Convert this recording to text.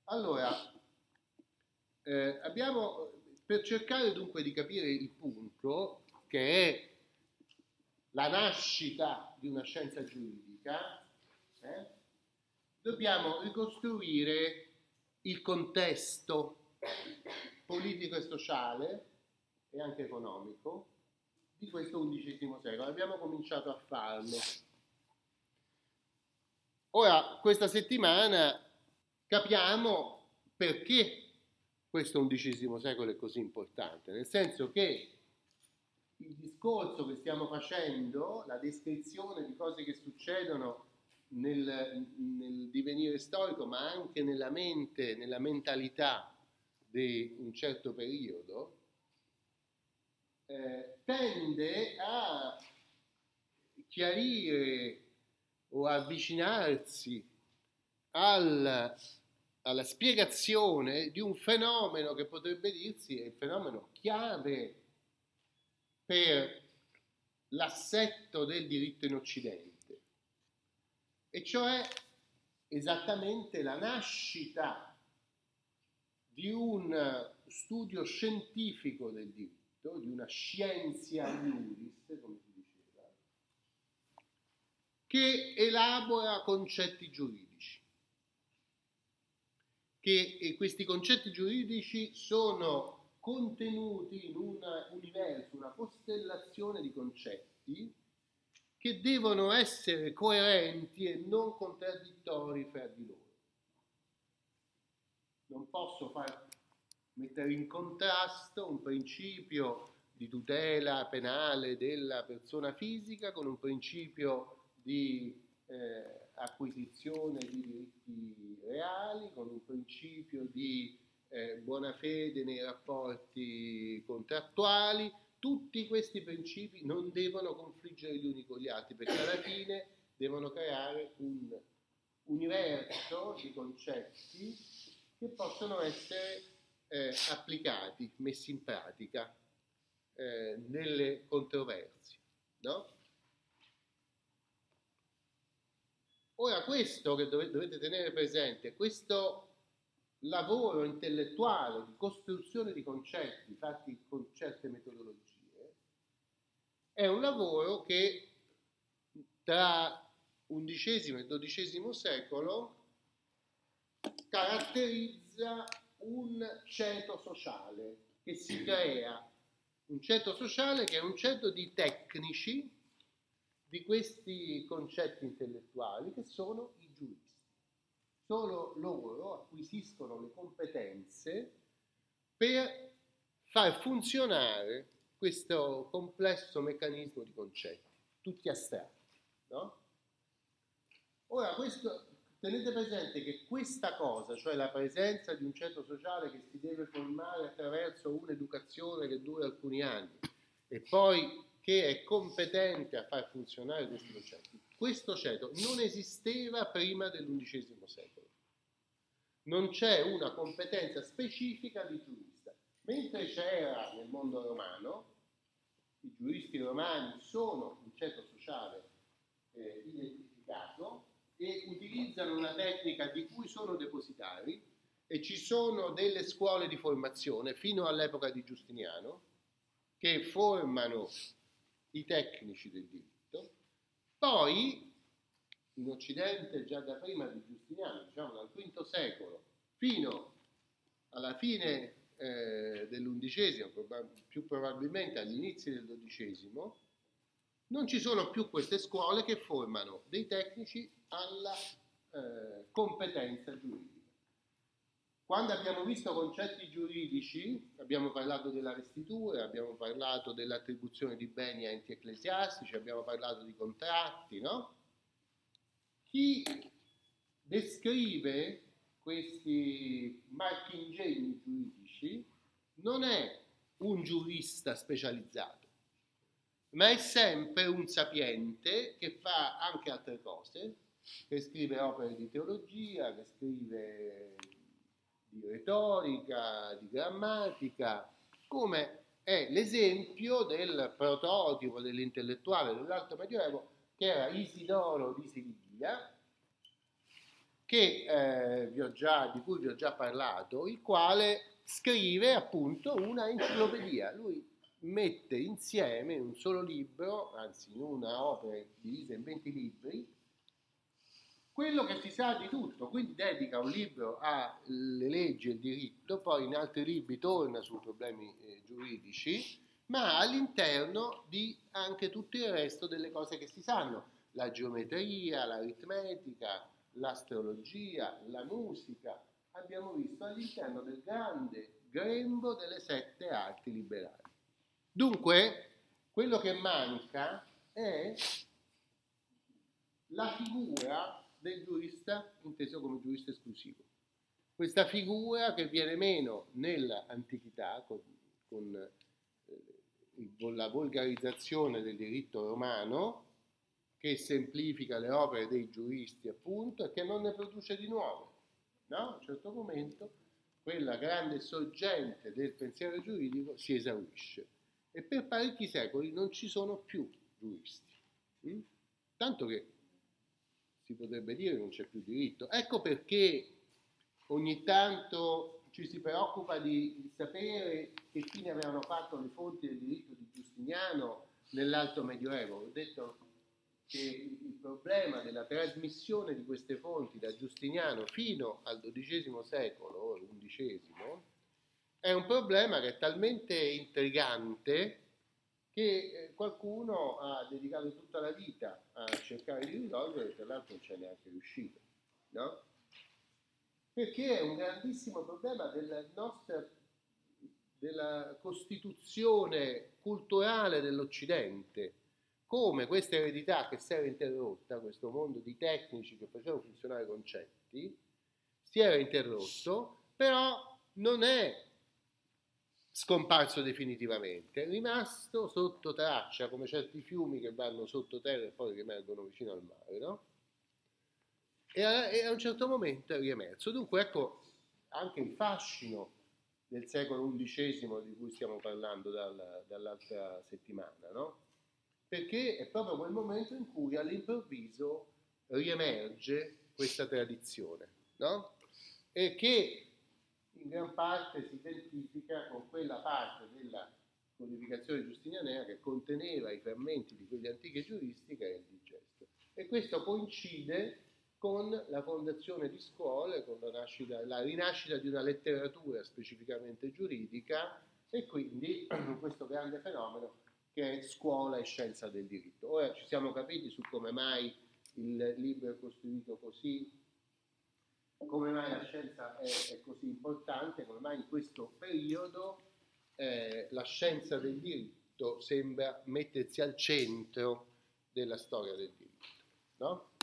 Allora, abbiamo, per cercare dunque di capire il punto, che è la nascita di una scienza giuridica, dobbiamo ricostruire il contesto politico e sociale e anche economico di questo XI secolo. Abbiamo cominciato a farlo. Ora, questa settimana capiamo perché questo XI secolo è così importante, nel senso che il discorso che stiamo facendo, la descrizione di cose che succedono nel divenire storico, ma anche nella mente, nella mentalità di un certo periodo, tende a chiarire o avvicinarsi alla spiegazione di un fenomeno che potrebbe dirsi è il fenomeno chiave per l'assetto del diritto in Occidente, e cioè esattamente la nascita di un studio scientifico del diritto, di una scientia iuris, come si diceva, che elabora concetti giuridici, che questi concetti giuridici sono contenuti in un universo, una costellazione di concetti che devono essere coerenti e non contraddittori fra di loro. Non posso mettere in contrasto un principio di tutela penale della persona fisica con un principio di acquisizione di diritti reali, con un principio di buona fede nei rapporti contrattuali. Tutti questi principi non devono confliggere gli uni con gli altri, perché alla fine devono creare un universo di concetti che possono essere applicati, messi in pratica nelle controversie, no? Ora, questo che dovete tenere presente, questo lavoro intellettuale di costruzione di concetti fatti con certe metodologie, è un lavoro che tra XI e XII secolo caratterizza un ceto sociale che si crea, un ceto sociale che è un ceto di tecnici di questi concetti intellettuali che sono i giuristi. Solo loro acquisiscono le competenze per far funzionare questo complesso meccanismo di concetti, tutti astratti, no? Ora, tenete presente che questa cosa, cioè la presenza di un ceto sociale che si deve formare attraverso un'educazione che dura alcuni anni e poi che è competente a far funzionare questi concetti, questo ceto non esisteva prima dell'XI secolo. Non c'è una competenza specifica di giurista, mentre c'era nel mondo romano. I giuristi romani sono un ceto sociale identificato e utilizzano una tecnica di cui sono depositari, e ci sono delle scuole di formazione fino all'epoca di Giustiniano che formano i tecnici del diritto. Poi in Occidente, già da prima di Giustiniano, diciamo dal V secolo fino alla fine dell'undicesimo, più probabilmente agli inizi del XII, non ci sono più queste scuole che formano dei tecnici alla competenza giuridica. Quando abbiamo visto concetti giuridici, abbiamo parlato della restituzione, abbiamo parlato dell'attribuzione di beni a enti ecclesiastici, abbiamo parlato di contratti, no? Chi descrive questi marchingegni giuridici non è un giurista specializzato, ma è sempre un sapiente che fa anche altre cose, che scrive opere di teologia, che scrive di retorica, di grammatica, come è l'esempio del prototipo dell'intellettuale dell'Alto Medioevo, che era Isidoro di Siviglia, di cui vi ho già parlato, il quale scrive appunto una enciclopedia. Lui mette insieme in un solo libro, anzi in una opera divisa in 20 libri, quello che si sa di tutto, quindi dedica un libro alle leggi e il diritto, poi in altri libri torna sui problemi giuridici, ma all'interno di anche tutto il resto delle cose che si sanno, la geometria, l'aritmetica, l'astrologia, la musica, abbiamo visto all'interno del grande grembo delle 7 arti liberali. Dunque, quello che manca è la figura del giurista inteso come giurista esclusivo. Questa figura che viene meno nell'antichità con la volgarizzazione del diritto romano, che semplifica le opere dei giuristi appunto e che non ne produce di nuove. No? A un certo momento quella grande sorgente del pensiero giuridico si esaurisce e per parecchi secoli non ci sono più giuristi. Tanto che si potrebbe dire che non c'è più diritto. Ecco perché ogni tanto ci si preoccupa di sapere che fine avevano fatto le fonti del diritto di Giustiniano nell'Alto Medioevo. Ho detto che il problema della trasmissione di queste fonti da Giustiniano fino al XII secolo, o XI, è un problema che è talmente intrigante che qualcuno ha dedicato tutta la vita a cercare di risolvere e tra l'altro non c'è neanche riuscito, no? Perché è un grandissimo problema della costituzione culturale dell'Occidente, come questa eredità che si era interrotta, questo mondo di tecnici che facevano funzionare concetti, si era interrotto, però non è scomparso definitivamente, è rimasto sotto traccia, come certi fiumi che vanno sottoterra e poi riemergono vicino al mare, no? E a un certo momento è riemerso. Dunque ecco anche il fascino del secolo XI di cui stiamo parlando dall'altra settimana, no? Perché è proprio quel momento in cui all'improvviso riemerge questa tradizione, no? E che in gran parte si identifica con quella parte della codificazione giustinianea che conteneva i frammenti di quegli antichi giuristi che era il digesto. E questo coincide con la fondazione di scuole, con la rinascita di una letteratura specificamente giuridica e quindi questo grande fenomeno che è scuola e scienza del diritto. Ora ci siamo capiti su come mai il libro è costruito così, come mai la scienza è così importante, come mai in questo periodo la scienza del diritto sembra mettersi al centro della storia del diritto, no?